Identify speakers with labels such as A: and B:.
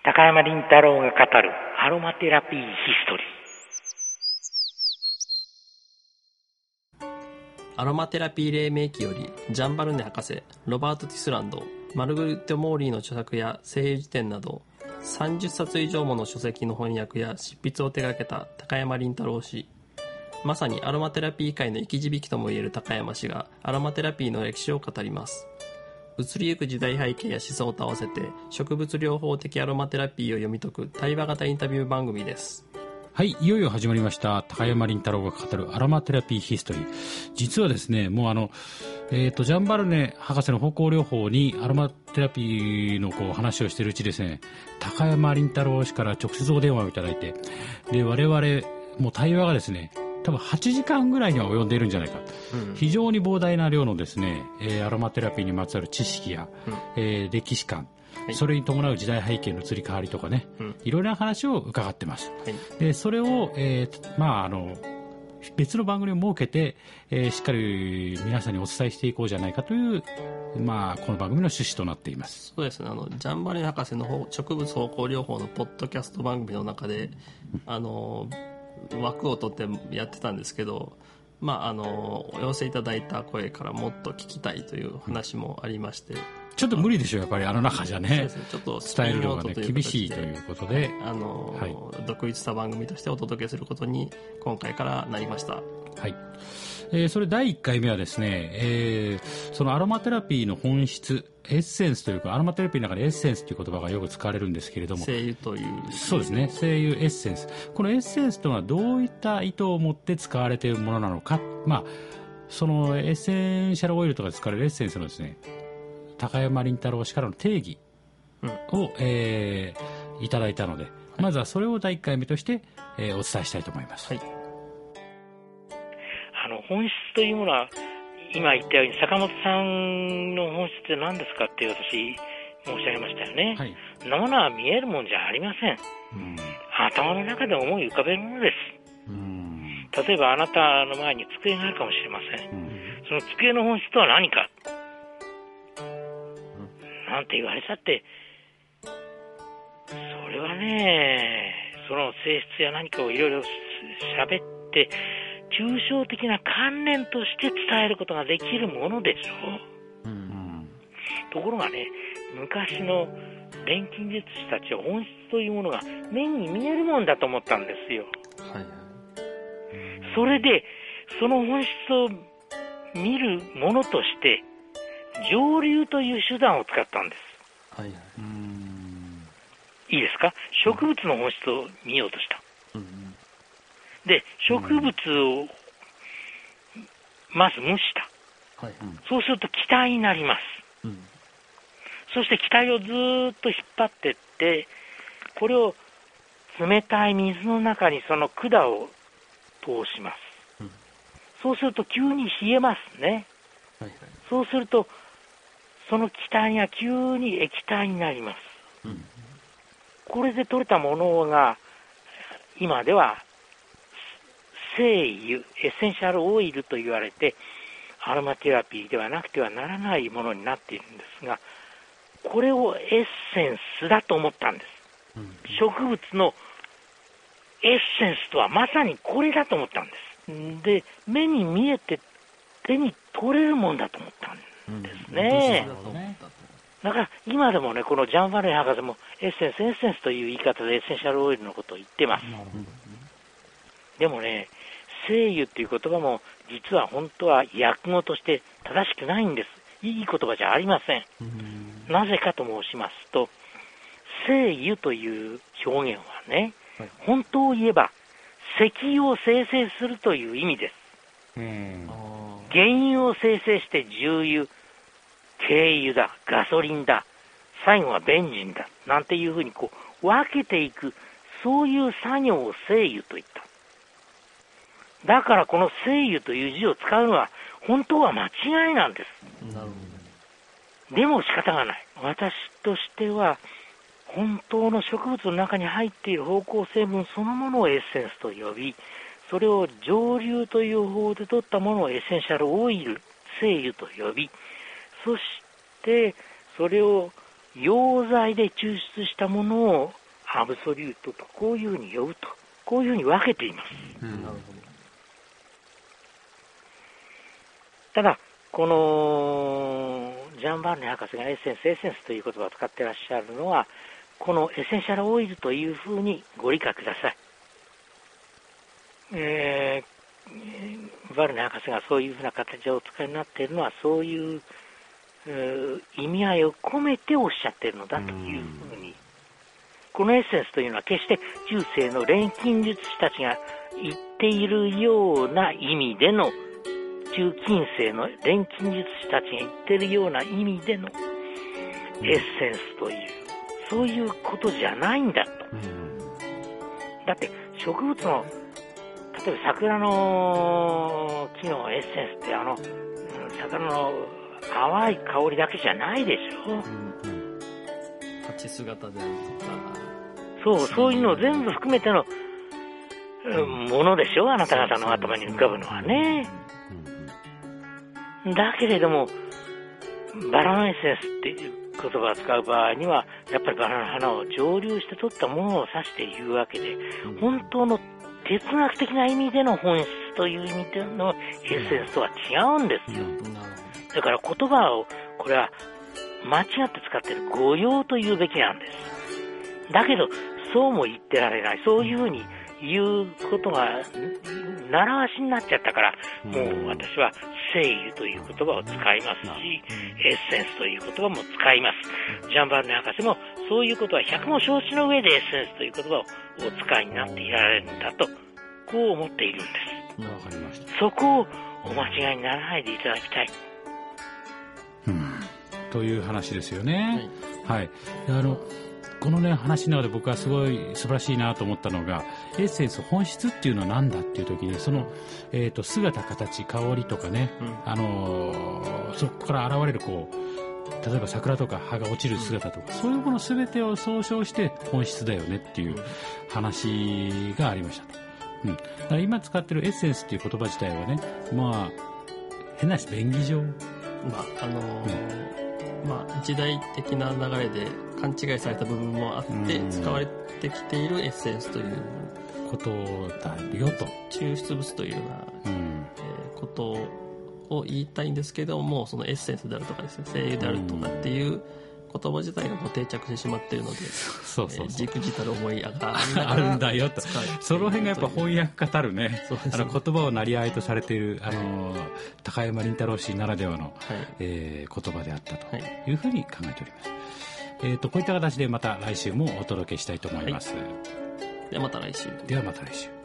A: 高山林太郎が語るアロマテラピーヒストリ
B: ー。アロマテラピー黎明期よりジャンバルネ博士、ロバート・ティスランド、マルグリット・モーリーの著作や声優辞典など30冊以上もの書籍の翻訳や執筆を手掛けた高山林太郎氏。まさにアロマテラピー界の生き字引ともいえる高山氏がアロマテラピーの歴史を語ります。移りゆく時代背景や思想と合わせて植物療法的アロマテラピーを読み解く対話型インタビュー番組です。
C: はい、いよいよ始まりました高山林太郎が語るアロマテラピーヒストリー。実はですね、もうジャンバルネ博士の芳香療法にアロマテラピーの話をしているうちですね、高山林太郎氏から直接お電話をいただいて、で我々もう対話がですね多分8時間ぐらいには及んでいるんじゃないか、非常に膨大な量のですね、アロマテラピーにまつわる知識や、歴史観、それに伴う時代背景の移り変わりとかね、いろいろな話を伺ってます。でそれを、別の番組を設けて、しっかり皆さんにお伝えしていこうじゃないかという、この番組の趣旨となっています。
B: そうですね、ジャンバルネ博士の植物芳香療法のポッドキャスト番組の中で、枠を取ってやってたんですけど、お寄せいただいた声からもっと聞きたいという話もありまして、
C: ちょっと無理でしょう、やっぱり中じゃね、
B: ちょっと
C: 伝える量がね厳しいということで、
B: 独立した番組としてお届けすることに今回からなりました。
C: はい。それ第1回目はですね、そのアロマテラピーの本質、エッセンスというか、アロマテラピーの中でエッセンスという言葉がよく使われるんですけれども、
B: 精油という、
C: そうですね、精油エッセンス。このエッセンスというのはどういった意図を持って使われているものなのか、そのエッセンシャルオイルとかで使われるエッセンスのですね、高山林太郎氏からの定義を、いただいたので、まずはそれを第1回目として、お伝えしたいと思います。
A: 本質というものは、今言ったように坂本さんの本質って何ですかって私申し上げましたよね。そんなものは見えるもんじゃありません。頭の中で思い浮かべるものです。例えばあなたの前に机があるかもしれません。その机の本質とは何か、なんて言われたって、それはね、その性質や何かをいろいろ喋って抽象的な観念として伝えることができるものでしょう。ところがね、昔の錬金術師たちは本質というものが目に見えるもんだと思ったんですよ。それでその本質を見るものとして蒸留という手段を使ったんです。いいですか？植物の本質を見ようとした。で、植物をまず蒸した。そうすると気体になります。そして気体をずっと引っ張っていって、これを冷たい水の中にその管を通します。そうすると急に冷えますね。そうするとその気体が急に液体になります。これで取れたものが今では精油、エッセンシャルオイルと言われて、アロマテラピーではなくてはならないものになっているんですが、これをエッセンスだと思ったんです。植物のエッセンスとはまさにこれだと思ったんです。で、目に見えて手に取れるもんだと思ったんですね。だから今でもね、このジャンバルネ博士もエッセンスという言い方でエッセンシャルオイルのことを言ってます。でもね、精油っていう言葉も実は本当は訳語として正しくないんです。いい言葉じゃありません。なぜかと申しますと、精油という表現はね、本当を言えば石油を生成するという意味です。原油を生成して重油、軽油だ、ガソリンだ、最後はベンジンだなんていうふうに分けていく、そういう作業を精油と言った。だからこの精油という字を使うのは本当は間違いなんです。でも仕方がない。私としては本当の植物の中に入っている芳香成分そのものをエッセンスと呼び、それを蒸留という方で取ったものをエッセンシャルオイル、精油と呼び、そしてそれを溶剤で抽出したものをアブソリュートとこういうふうに呼ぶと、こういうふうに分けています。
B: なるほど。
A: ただ、このジャン・バルネ博士がエッセンスという言葉を使っていらっしゃるのは、このエッセンシャルオイルというふうにご理解ください。バルネ博士がそういうふうな形でお使いになっているのは、そういう意味合いを込めておっしゃっているのだというふうに、このエッセンスというのは決して中世の錬金術師たちが言っているような意味での、中近世の錬金術師たちが言っているような意味でのエッセンスという、そういうことじゃないんだと。だって植物の、例えば桜の木のエッセンスって桜の淡い香りだけじゃないでしょ。
B: 立ち姿であるとか。
A: そういうのを全部含めてのものでしょ、あなた方の頭に浮かぶのはね。だけれども、バラのエッセンスっていう言葉を使う場合には、やっぱりバラの花を蒸留して取ったものを指して言うわけで、本当の哲学的な意味での本質という意味でのエッセンスとは違うんですよ。だから言葉を、これは間違って使っている誤用と言うべきなんです。だけど、そうも言ってられない。そういうふうに言うことが習わしになっちゃったから、もう私は聖油という言葉を使いますし、エッセンスという言葉も使います。ジャン・バルネ博士もそういうことは百も承知の上でエッセンスという言葉をお使いになっていられるんだと、こう思っているんです。
C: わかりました。
A: そこをお間違いにならないでいただきたい。
C: という話ですよね。はい。このね、話の中で僕はすごい素晴らしいなと思ったのが、エッセンス本質っていうのは何だっていう時に、その、姿、形、香りとかね、そこから現れる例えば桜とか葉が落ちる姿とか、そういうもの全てを総称して本質だよねっていう話がありましたと。だから今使ってるエッセンスっていう言葉自体はね、変な話、便宜上。
B: 時代的な流れで勘違いされた部分もあって使われてきているエッセンスという
C: ことだよと、
B: 抽出物というような、ことを言いたいんですけども、そのエッセンスであるとかですね、精油であるとかっていう言葉自体がもう定着してしまっているので、じくじたる思いが
C: あるんだよと。その辺がやっぱ翻訳家たるね、言葉をなりあいとされている高山林太郎氏ならではの、言葉であったというふうに考えております。こういった形でまた来週もお届けしたいと思います。
B: ではまた来週。